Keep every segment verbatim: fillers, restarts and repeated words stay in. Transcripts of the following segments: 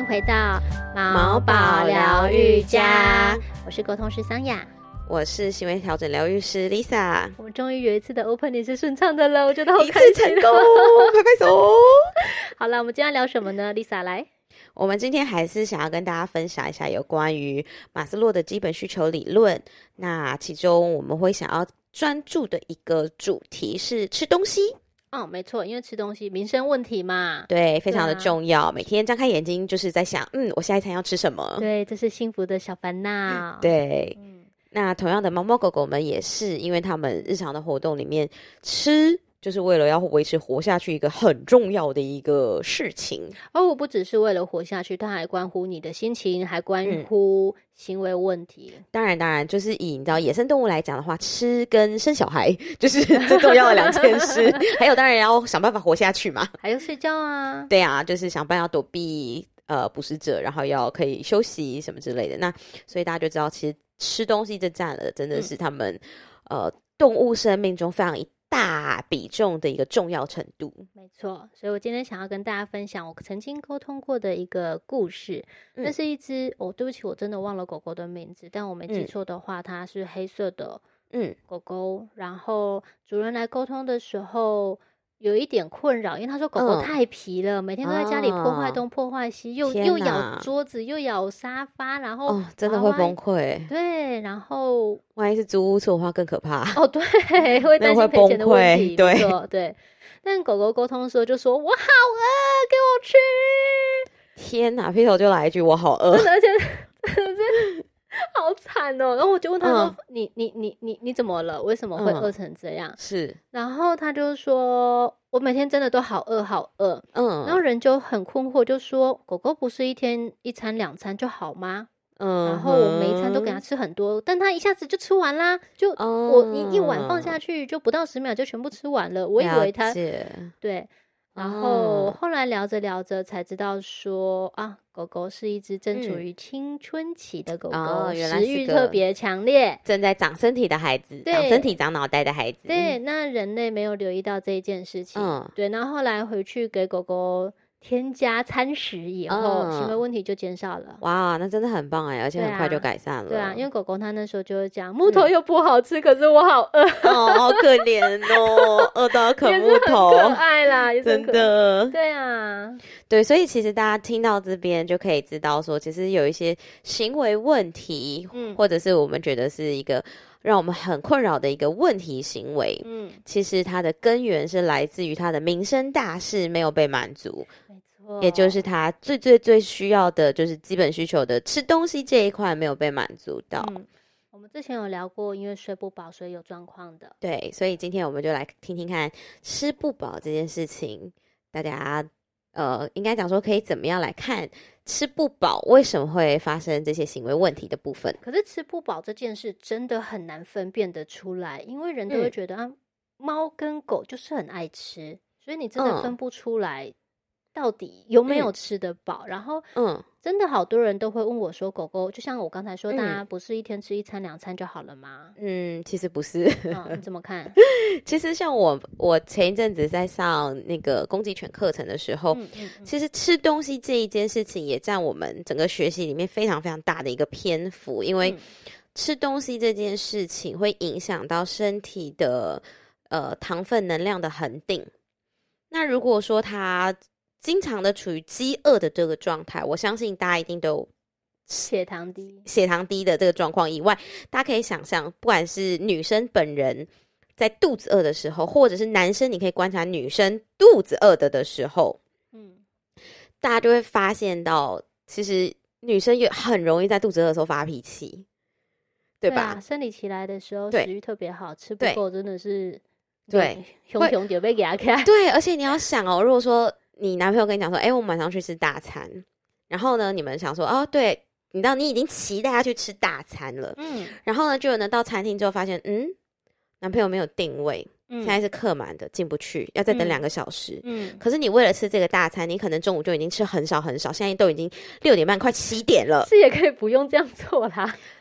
迎回到毛宝疗愈家，我是沟通师桑雅， 我是行为调整疗愈师 Lisa。 我们终于有一次的 opening 是顺畅的了，我觉得好开心， 一次成功，拍拍手。 好了，我们今天要聊什么呢？ Lisa 来。 我们今天还是想要跟大家分享一下有关于马斯洛的基本需求理论，那其中我们会想要专注的一个主题是吃东西。 哦，没错，因为吃东西民生问题嘛， 对，非常的重要、啊、每天张开眼睛就是在想，嗯，我下一餐要吃什么。 对，这是幸福的小烦恼。 对、嗯、那同样的猫猫狗狗们也是，因为他们日常的活动里面吃就是为了要维持活下去一个很重要的一个事情。 哦，不只是为了活下去，它还关乎你的心情，还关乎行为问题、嗯、 当然当然，就是以你知道野生动物来讲的话，吃跟生小孩就是最重要的两件事还有当然要想办法活下去嘛， 还有睡觉啊。 对啊，就是想办法躲避呃捕食者，然后要可以休息什么之类的。那所以大家就知道其实吃东西这占了真的是他们、嗯、呃动物生命中非常一大比重的一个重要程度。 没错，所以我今天想要跟大家分享我曾经沟通过的一个故事。那、嗯、是一只哦，对不起，我真的忘了狗狗的名字，但我没记错的话、嗯、它是黑色的嗯狗狗。然后主人来沟通的时候有一点困扰，因为他说狗狗太皮了、嗯、每天都在家里破坏东破坏西、哦、又又咬桌子又咬沙发，然后、 哦、真的会崩溃。 对，然后万一是租屋处的话更可怕。 哦，对，会担心赔钱的问题。 对对，但狗狗沟通的时候就说我好饿，给我吃。 天哪，劈头就来一句我好饿， 而且真的是好惨哦。然后我就问他说、嗯、你你你你你怎么了？为什么会饿成这样、嗯、 是。 然后他就说我每天真的都好饿好饿。嗯，然后人就很困惑，就说狗狗不是一天一餐两餐就好吗？嗯，然后我每一餐都给他吃很多，但他一下子就吃完啦，就、嗯、我一一碗放下去就不到十秒就全部吃完了。我以为他对，然后后来聊着聊着才知道说啊，狗狗是一只正处于青春期的狗狗、嗯、食欲特别强烈， 正在长身体的孩子，长身体长脑袋的孩子。 对，那人类没有留意到这一件事情、嗯、对，然后后来回去给狗狗添加餐食以后、嗯、行为问题就减少了。 哇，那真的很棒哎，而且很快就改善了。 对啊，因为狗狗它那时候就会讲木头又不好吃、嗯、可是我好饿哦，好可怜哦饿到啃木头， 也是很可爱啦，也是很可真的。 对啊， 对，所以其实大家听到这边就可以知道说，其实有一些行为问题、嗯、或者是我们觉得是一个让我们很困扰的一个问题行为，嗯，其实它的根源是来自于它的民生大事没有被满足，没错，也就是它最最最需要的就是基本需求的吃东西这一块没有被满足到。嗯， 我们之前有聊过，因为睡不饱所以有状况的。 对，所以今天我们就来听听看吃不饱这件事情，大家呃应该讲说可以怎么样来看吃不饱为什么会发生这些行为问题的部分。 可是吃不饱这件事真的很难分辨得出来，因为人都会觉得、嗯、啊，猫跟狗就是很爱吃，所以你真的分不出来到底有没有吃得饱、嗯、然后嗯，真的好多人都会问我说，狗狗就像我刚才说、嗯、大家不是一天吃一餐两餐就好了吗？ 嗯，其实不是。 嗯，你怎么看？ 其实像我我前一阵子在上那个攻击犬课程的时候、嗯嗯嗯、其实吃东西这一件事情也占我们整个学习里面非常非常大的一个篇幅，因为吃东西这件事情会影响到身体的呃糖分能量的恒定。那如果说它经常的处于饥饿的这个状态，我相信大家一定都有血糖低血糖低的这个状况以外，大家可以想象不管是女生本人在肚子饿的时候，或者是男生你可以观察女生肚子饿的的时候，嗯，大家就会发现到其实女生也很容易在肚子饿的时候发脾气，对吧？ 对啊，生理期来的时候食欲特别好，吃不够真的是对熊熊就被给他看。 对，而且你要想哦，如果说你男朋友跟你讲说哎、欸，我们晚上去吃大餐，然后呢你们想说哦对，你知道你已经期待他去吃大餐了，嗯，然后呢就有人到餐厅之后发现嗯男朋友没有定位，嗯，现在是客满的进不去，要再等两个小时，嗯，可是你为了吃这个大餐你可能中午就已经吃很少很少，现在都已经六点半快七点了， 是也可以不用这样做啦。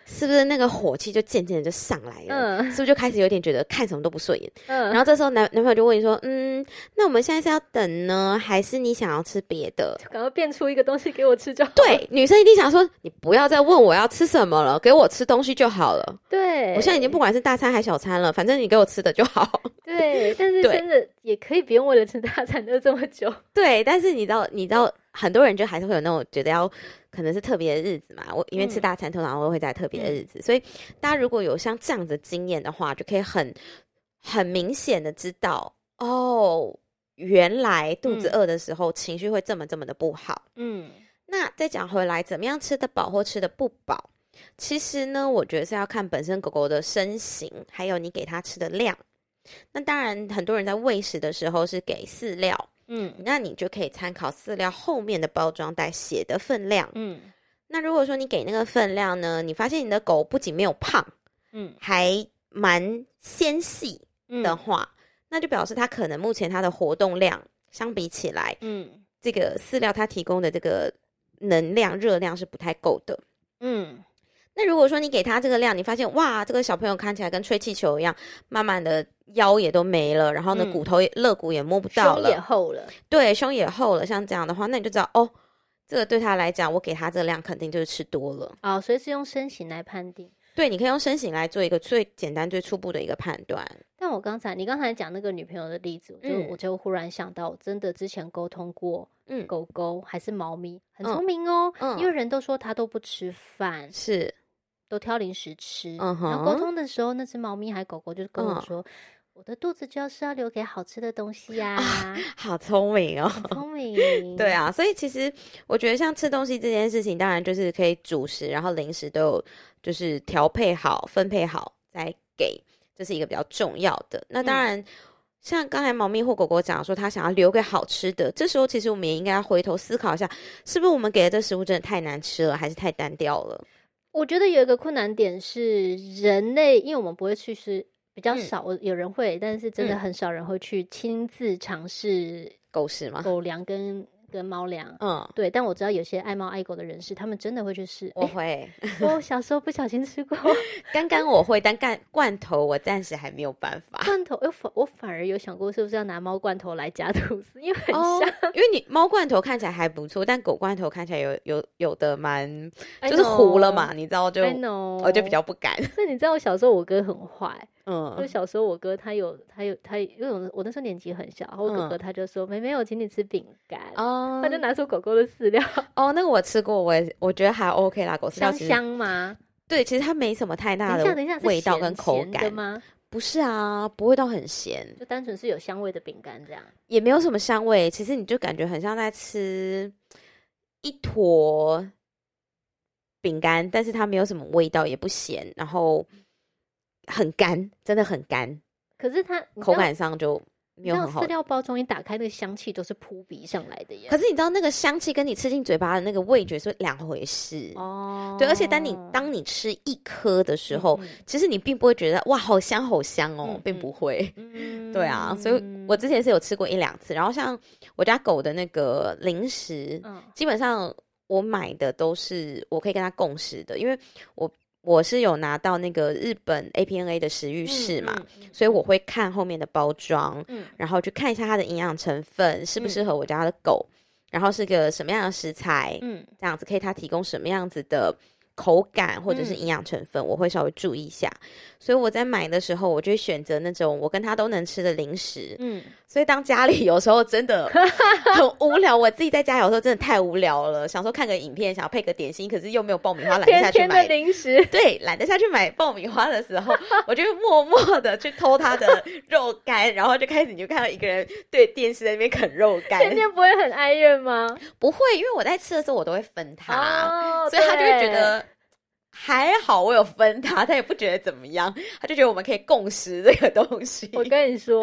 是不是那个火气就渐渐的就上来了？嗯，是不是就开始有点觉得看什么都不顺眼？嗯，然后这时候男男朋友就问你说，嗯，那我们现在是要等呢，还是你想要吃别的？ 赶快变出一个东西给我吃就好了。 对，女生一定想说，你不要再问我要吃什么了，给我吃东西就好了。 对， 我现在已经不管是大餐还是小餐了，反正你给我吃的就好。 对，但是真的也可以不用为了吃大餐饿这么久。 对，但是你知道，你知道，很多人就还是会有那种觉得要。可能是特别的日子嘛，我因为吃大餐通常会会在特别的日子，嗯、所以大家如果有像这样子经验的话，就可以很很明显的知道哦，原来肚子饿的时候、嗯、情绪会这么这么的不好。嗯，那再讲回来，怎么样吃得饱或吃得不饱？其实呢，我觉得是要看本身狗狗的身形，还有你给它吃的量。那当然，很多人在喂食的时候是给饲料。嗯，那你就可以参考饲料后面的包装袋写的分量。嗯，那如果说你给那个分量呢，你发现你的狗不仅没有胖，嗯，还蛮纤细的话，嗯、那就表示它可能目前它的活动量相比起来，嗯，这个饲料它提供的这个能量热量是不太够的。嗯，那如果说你给它这个量，你发现哇，这个小朋友看起来跟吹气球一样，慢慢的腰也都没了，然后呢，嗯、骨头也肋骨也摸不到了， 胸也厚了， 对，胸也厚了，像这样的话，那你就知道哦，这个对他来讲，我给他这个量肯定就是吃多了哦，所以是用身形来判定。 对，你可以用身形来做一个最简单、最初步的一个判断。 但我刚才你刚才讲那个女朋友的例子，我就、嗯、我就忽然想到，真的之前沟通过，嗯，狗狗还是猫咪很聪明哦，嗯、因为人都说它都不吃饭， 是都挑零食吃。嗯哼，然后沟通的时候，那只猫咪还狗狗就跟我说。嗯，我的肚子就是要留给好吃的东西呀、啊哦，好聪明哦， 很聪明。 对啊，所以其实我觉得像吃东西这件事情，当然就是可以主食，然后零食都有就是调配好、分配好再给，这是一个比较重要的。那当然，嗯、像刚才猫咪或狗狗讲说，他想要留给好吃的，这时候其实我们也应该要回头思考一下，是不是我们给的这食物真的太难吃了，还是太单调了？ 我觉得有一个困难点是人类，因为我们不会去吃。比较少，嗯、有人会，但是真的很少人会去亲自尝试狗食吗？ 狗粮跟跟猫粮，嗯，对。但我知道有些爱猫爱狗的人士，他们真的会去试。 我会， 我小时候不小心吃过。 刚刚我会，但罐罐头我暂时还没有办法。 罐头，我反我反而有想过，是不是要拿猫罐头来夹吐司，因为很像。哦、 因为你猫罐头看起来还不错，但狗罐头看起来有有有的蛮就是糊了嘛，你知道就我就比较不敢。 那你知道我小时候我哥很坏。嗯，就小时候我哥他有他有他，因为我我那时候年纪很小，然后我哥哥他就说：“妹妹，我请你吃饼干。”哦，他就拿出狗狗的饲料。 哦，那个我吃过，我也我觉得还 OK 啦，狗饲料香香吗？ 对，其实它没什么太大的味道跟口感吗？ 不是啊，不会到很咸， 就单纯是有香味的饼干这样， 也没有什么香味。其实你就感觉很像在吃一坨饼干，但是它没有什么味道，也不咸，然后。很干，真的很干。 可是它口感上就没有很好。 饲料包装一打开，那个香气都是扑鼻上来的耶。 可是你知道那个香气跟你吃进嘴巴的那个味觉是两回事哦。对，而且当你当你吃一颗的时候，嗯、其实你并不会觉得哇好香好香哦，嗯、并不会。嗯、对啊，所以我之前是有吃过一两次。然后像我家狗的那个零食，嗯、基本上我买的都是我可以跟它共食的，因为我。我是有拿到那个日本 A P N A 的食育室嘛，嗯嗯嗯、所以我会看后面的包装，嗯、然后去看一下它的营养成分适不适合我家的狗，嗯、然后是个什么样的食材，嗯、这样子可以它提供什么样子的口感或者是营养成分，嗯、我会稍微注意一下。所以我在买的时候，我就会选择那种我跟它都能吃的零食。嗯，所以当家里有时候真的很无聊，我自己在家有时候真的太无聊了，想说看个影片，想要配个点心，可是又没有爆米花，懒得下去买甜甜的零食。 对，懒得下去买爆米花的时候，我就会默默的去偷它的肉干，然后就开始你就看到一个人对电视在那边啃肉干。 甜甜不会很哀怨吗？ 不会，因为我在吃的时候我都会分它，哦、所以他就会觉得。还好我有分他，他也不觉得怎么样，他就觉得我们可以共食这个东西。 我跟你说，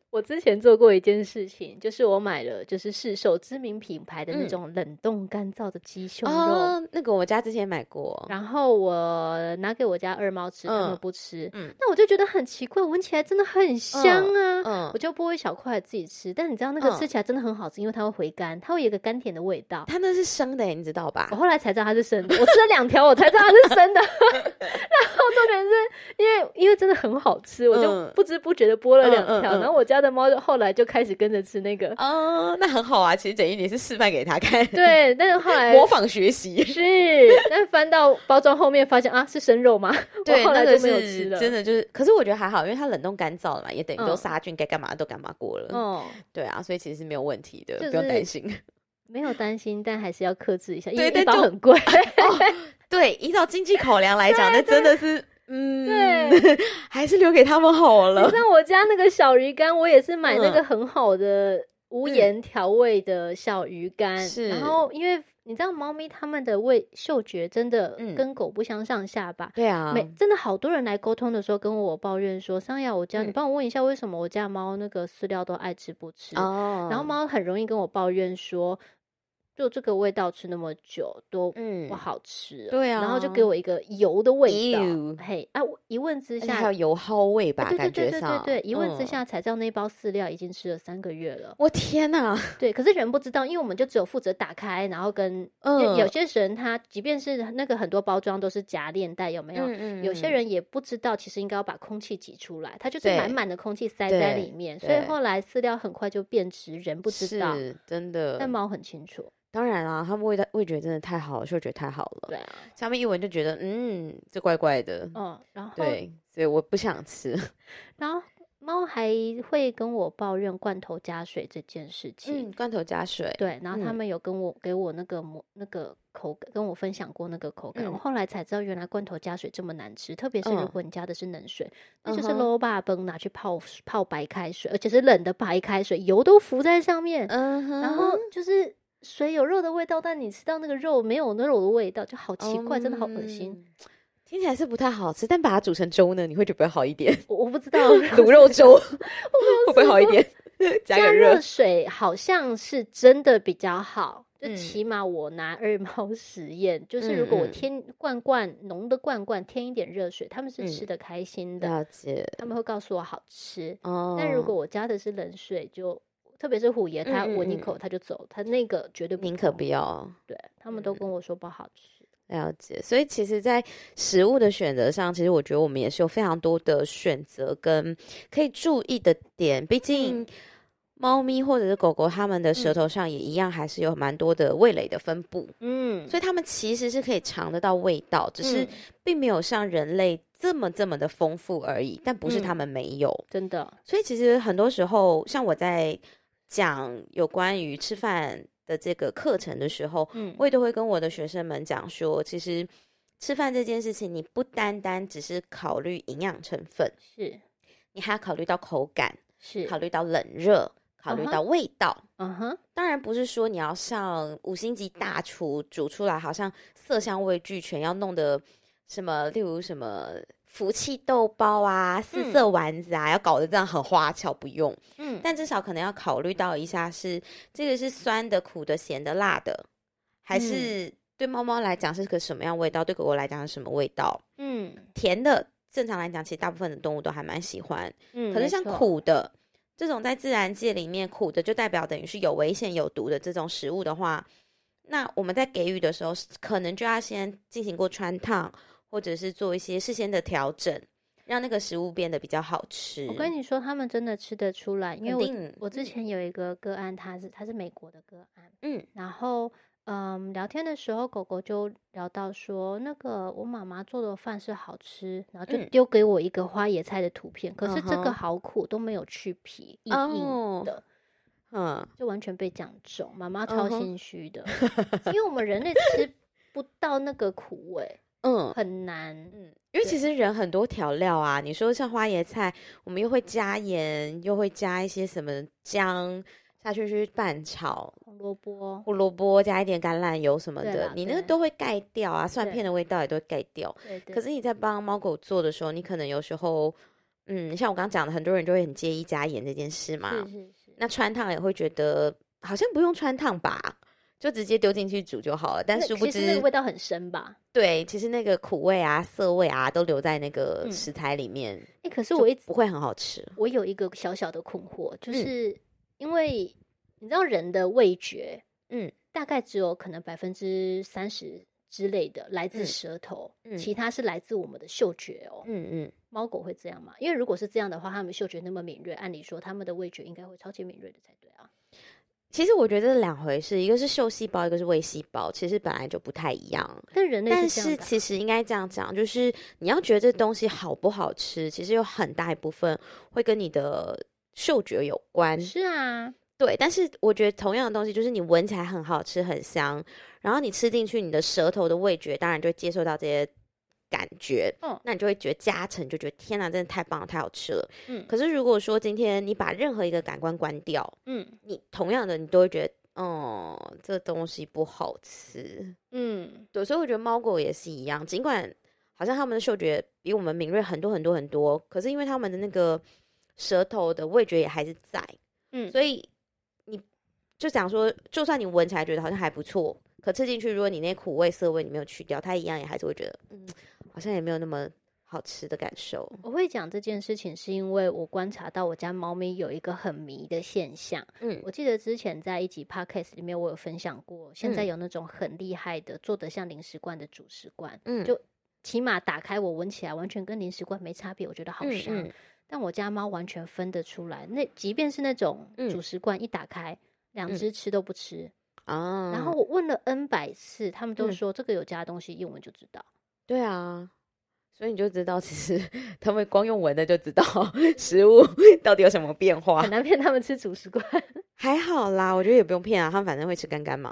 我之前做过一件事情，就是我买了就是市售知名品牌的那种冷冻干燥的鸡胸肉、 嗯哦、那个我家之前买过， 然后我拿给我家二猫吃、嗯、他们不吃、嗯、那我就觉得很奇怪，闻起来真的很香啊、嗯嗯、我就剥一小块自己吃，但你知道那个吃起来真的很好吃、嗯、因为它会回甘，它会有一个甘甜的味道。 它那是生的耶，你知道吧？ 我后来才知道它是生的，我吃了两条我才知道它是生的然后重点是因为因为真的很好吃，我就不知不觉的剥了两条、嗯嗯嗯、然后我家的猫后来就开始跟着吃那个。 哦，那很好啊，其实等于你是示范给他看。 对，但是后来模仿学习是，但翻到包装后面发现啊是生肉吗？ 对， 我后来就没有吃了、 那个、真的就是，可是我觉得还好，因为它冷冻干燥了嘛，也等于都杀菌，该干嘛都干嘛过了。哦、嗯，对啊，所以其实是没有问题的，就是、不用担心。 没有担心，但还是要克制一下，因为一包很贵。 哦、对，依照经济考量来讲，那真的是。嗯，对，还是留给他们好了。 你像我家那个小鱼干，我也是买那个很好的无盐调味的小鱼干。是、嗯，然后因为你知道猫咪它们的味嗅觉真的跟狗不相上下吧？ 对啊， 每真的好多人来沟通的时候跟我抱怨说，桑雅，我家、嗯、你帮我问一下，为什么我家猫那个饲料都爱吃不吃？哦，然后猫很容易跟我抱怨说。就这个味道吃那么久都不好吃、嗯、对啊，然后就给我一个油的味道，嘿啊！一问之下还有油耗味吧， 对对对对对对对，一问之下才知道那包饲料已经吃了三个月了。 我天哪！ 对，可是人不知道，因为我们就只有负责打开，然后跟、嗯、有些人他即便是那个很多包装都是夹链袋，有没有？嗯嗯嗯，有些人也不知道，其实应该要把空气挤出来，它就是满满的空气塞在里面，所以后来饲料很快就变质，人不知道， 是真的， 但猫很清楚。 当然啦，他们味道味觉真的太好了，嗅觉太好了。 对啊， 他们一闻就觉得，嗯，这怪怪的。嗯，然后对，所以我不想吃。 然后猫还会跟我抱怨罐头加水这件事情。 嗯，罐头加水。 对，然后他们有跟我、嗯、给我那个那个口感，跟我分享过那个口感。嗯、我后来才知道，原来罐头加水这么难吃，特别是如果你加的是冷水，嗯、那就是肉霸崩拿去泡泡白开水，而且是冷的白开水，油都浮在上面。嗯哼，然后就是。水有肉的味道，但你吃到那个肉没有那肉的味道，就好奇怪，嗯、真的好恶心。 听起来是不太好吃，但把它煮成粥呢，你会觉得好一点？ 我我不知道卤肉粥会不会好一点？加个热水好像是真的比较好，就起码我拿二猫实验，嗯、就是如果我添罐罐浓的罐罐添一点热水，他们是吃得开心的， 了解， 他们会告诉我好吃。哦，但如果我加的是冷水就。特别是虎爷，他闻一口他就走，嗯嗯嗯他那个绝对不宁可不要。 对，他们都跟我说不好吃。 了解，所以其实在食物的选择上，其实我觉得我们也是有非常多的选择跟可以注意的点。毕竟猫咪或者是狗狗，它们的舌头上也一样，还是有蛮多的味蕾的分布。嗯，所以它们其实是可以尝得到味道，只是并没有像人类这么这么的丰富而已。但不是它们没有，嗯、 真的。 所以其实很多时候，像我在讲有关于吃饭的这个课程的时候，嗯，我也都会跟我的学生们讲说，其实吃饭这件事情，你不单单只是考虑营养成分， 是你还要考虑到口感， 是考虑到冷热，考虑到味道。嗯哼，当然不是说你要像五星级大厨煮出来，好像色香味俱全，要弄得什么，例如什么福气豆包啊，四色丸子啊，嗯、要搞得这样很花俏，不用。嗯，但至少可能要考虑到一下是，是这个是酸的、苦的、咸的、辣的，还是对猫猫来讲是个什么样味道，对狗狗来讲是什么味道？嗯，甜的，正常来讲，其实大部分的动物都还蛮喜欢。嗯，可是像苦的这种，在自然界里面，苦的就代表等于是有危险、有毒的这种食物的话，那我们在给予的时候，可能就要先进行过穿烫。或者是做一些事先的调整，让那个食物变得比较好吃。 我跟你说，他们真的吃得出来，因为我我之前有一个个案，他是他是美国的个案，嗯，然后嗯聊天的时候，狗狗就聊到说，那个我妈妈做的饭是好吃，然后就丢给我一个花椰菜的图片，嗯、可是这个好苦，都没有去皮，硬硬的。嗯，就完全被讲中，妈妈超心虚的，因为我们人类吃不到那个苦味。嗯，很难，嗯， 因为其实人很多调料啊，你说像花椰菜，我们又会加盐，又会加一些什么姜下去去拌炒， 红萝卜， 胡萝卜加一点橄榄油什么的，你那个都会盖掉啊，蒜片的味道也都会盖掉。对对。可是你在帮猫狗做的时候，你可能有时候， 嗯，像我刚刚讲的，很多人就会很介意加盐这件事嘛。 是是是。 那穿烫也会觉得好像不用穿烫吧，就直接丢进去煮就好了。但殊不知其实那个味道很深吧？ 对，其实那个苦味啊、涩味啊都留在那个食材里面。哎、 嗯欸，可是我一直不会很好吃。 我有一个小小的困惑，就是因为你知道人的味觉，嗯，大概只有可能百分之三十之类的来自舌头，嗯，其他是来自我们的嗅觉哦。嗯嗯，猫狗会这样吗？因为如果是这样的话，它们嗅觉那么敏锐，按理说它们的味觉应该会超级敏锐的才对啊。 其实我觉得这是两回事，一个是嗅细胞，一个是味细胞，其实本来就不太一样。 但人类是这样的、啊、 但是其实应该这样讲，就是你要觉得这东西好不好吃，其实有很大一部分会跟你的嗅觉有关。 是啊， 对。但是我觉得同样的东西，就是你闻起来很好吃很香，然后你吃进去，你的舌头的味觉当然就会接受到这些感觉，嗯，那你就会觉得加成，就觉得天哪，真的太棒了，太好吃了，嗯。可是如果说今天你把任何一个感官关掉，嗯，你同样的你都会觉得，哦，这东西不好吃，嗯，对。所以我觉得猫狗也是一样，尽管好像他们的嗅觉比我们敏锐很多很多很多，可是因为他们的那个舌头的味觉也还是在，嗯，所以你就讲说，就算你闻起来觉得好像还不错，可吃进去，如果你那苦味涩味你没有去掉，它一样也还是会觉得，嗯，好像也没有那么好吃的感受。 我会讲这件事情是因为我观察到我家猫咪有一个很迷的现象。嗯，我记得之前在一集 podcast 里面我有分享过，现在有那种很厉害的、嗯、做得像零食罐的主食罐，嗯，就起码打开我闻起来完全跟零食罐没差别，我觉得好香。嗯嗯，但我家猫完全分得出来，那即便是那种主食罐一打开，两只吃都不吃。啊、然后我问了 N 百次，他们都说、嗯、这个有加东西，一闻就知道。 对啊，所以你就知道，其实他们光用闻的就知道食物到底有什么变化， 很难骗他们吃主食罐。 还好啦，我觉得也不用骗啊，他们反正会吃干干嘛。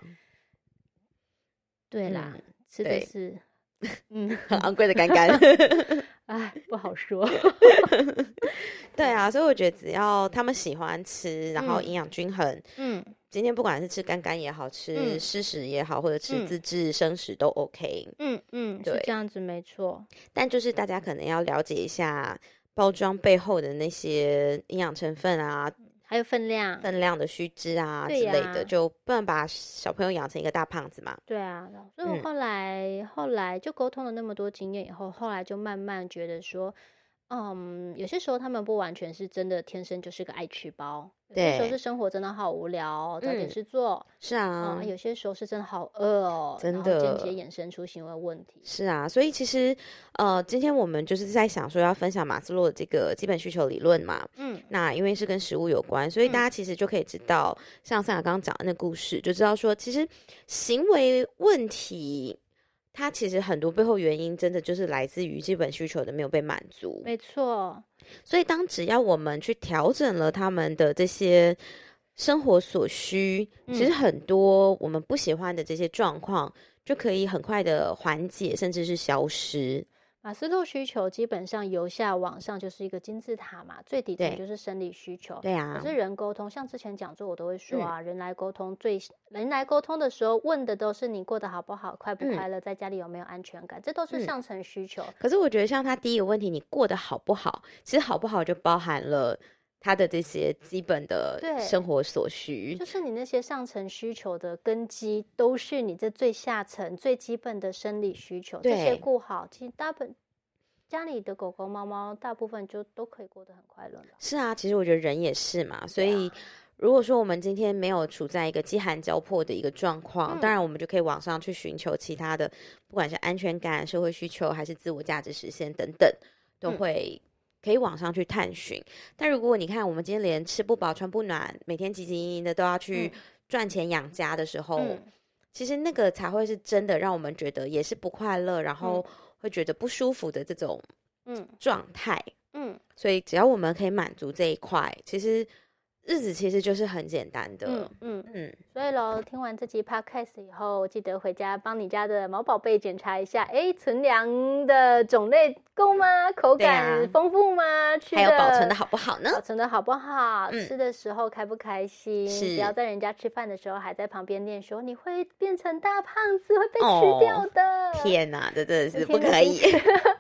对啦，嗯、吃的是嗯很昂贵的干干。 哎，不好说。 对啊，所以我觉得只要他们喜欢吃，然后营养均衡，嗯，今天不管是吃干干也好，吃湿食也好，或者吃自制生食都 OK。嗯嗯，是这样子没错。 但就是大家可能要了解一下包装背后的那些营养成分啊， 还有分量、 分量的须知啊之类的，就不能把小朋友养成一个大胖子嘛。 对啊，所以我后来、嗯、后来就沟通了那么多经验以后，后来就慢慢觉得说，嗯，有些时候他们不完全是真的天生就是个爱吃包，有些时候是生活真的好无聊，找点事做。嗯、 是啊、 嗯，有些时候是真的好饿哦， 真的， 然后间接衍生出行为问题。 是啊，所以其实呃，今天我们就是在想说要分享马斯洛的这个基本需求理论嘛。嗯，那因为是跟食物有关，所以大家其实就可以知道，嗯、像赛雅刚刚讲的那故事，就知道说其实行为问题。它其实很多背后原因真的就是来自于基本需求的没有被满足。 没错， 所以当只要我们去调整了他们的这些生活所需，嗯、其实很多我们不喜欢的这些状况就可以很快的缓解，甚至是消失。 马斯洛需求基本上由下往上就是一个金字塔嘛，最底层就是生理需求。 对啊， 可是人沟通，像之前讲座我都会说啊，嗯、人来沟通最人来沟通的时候问的都是你过得好不好，快不快乐，嗯、在家里有没有安全感，这都是上层需求。嗯、 可是我觉得像他第一个问题，你过得好不好，其实好不好就包含了他的这些基本的生活所需， 就是你那些上层需求的根基，都是你这最下层最基本的生理需求。这些顾好，其实大本家里的狗狗、猫猫，大部分就都可以过得很快乐了。 是啊，其实我觉得人也是嘛，所以。如果说我们今天没有处在一个饥寒交迫的一个状况，嗯、当然我们就可以往上去寻求其他的，不管是安全感、社会需求，还是自我价值实现等等，都会可以往上去探寻。嗯、但如果你看我们今天连吃不饱、穿不暖，每天汲汲营营的都要去赚钱养家的时候，嗯、其实那个才会是真的让我们觉得也是不快乐，然后会觉得不舒服的这种状态。嗯，所以只要我们可以满足这一块，其实。日子其实就是很简单的，嗯嗯嗯，所以咯，听完这集 podcast 以后，记得回家帮你家的毛宝贝检查一下，哎，存粮的种类够吗？口感丰富吗？啊、吃的还有保存的好不好呢？ 保存的好不好？嗯、吃的时候开不开心？是，不要在人家吃饭的时候还在旁边念说你会变成大胖子，会被吃掉的。 哦、天哪，这真的是不可以。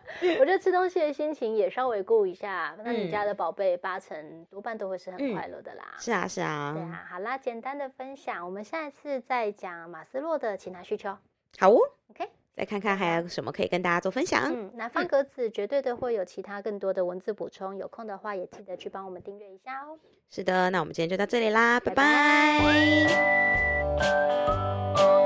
我觉得吃东西的心情也稍微顾一下，那你家的宝贝八成多半都会是很快乐的啦。 嗯、是啊，是啊。 对啊，好啦，简单的分享，我们下一次再讲马斯洛的其他需求。 好哦 ，OK， 再看看还有什么可以跟大家做分享。 嗯，南方格子绝对的会有其他更多的文字补充，有空的话也记得去帮我们订阅一下哦。 是的，那我们今天就到这里啦，拜拜。 拜拜。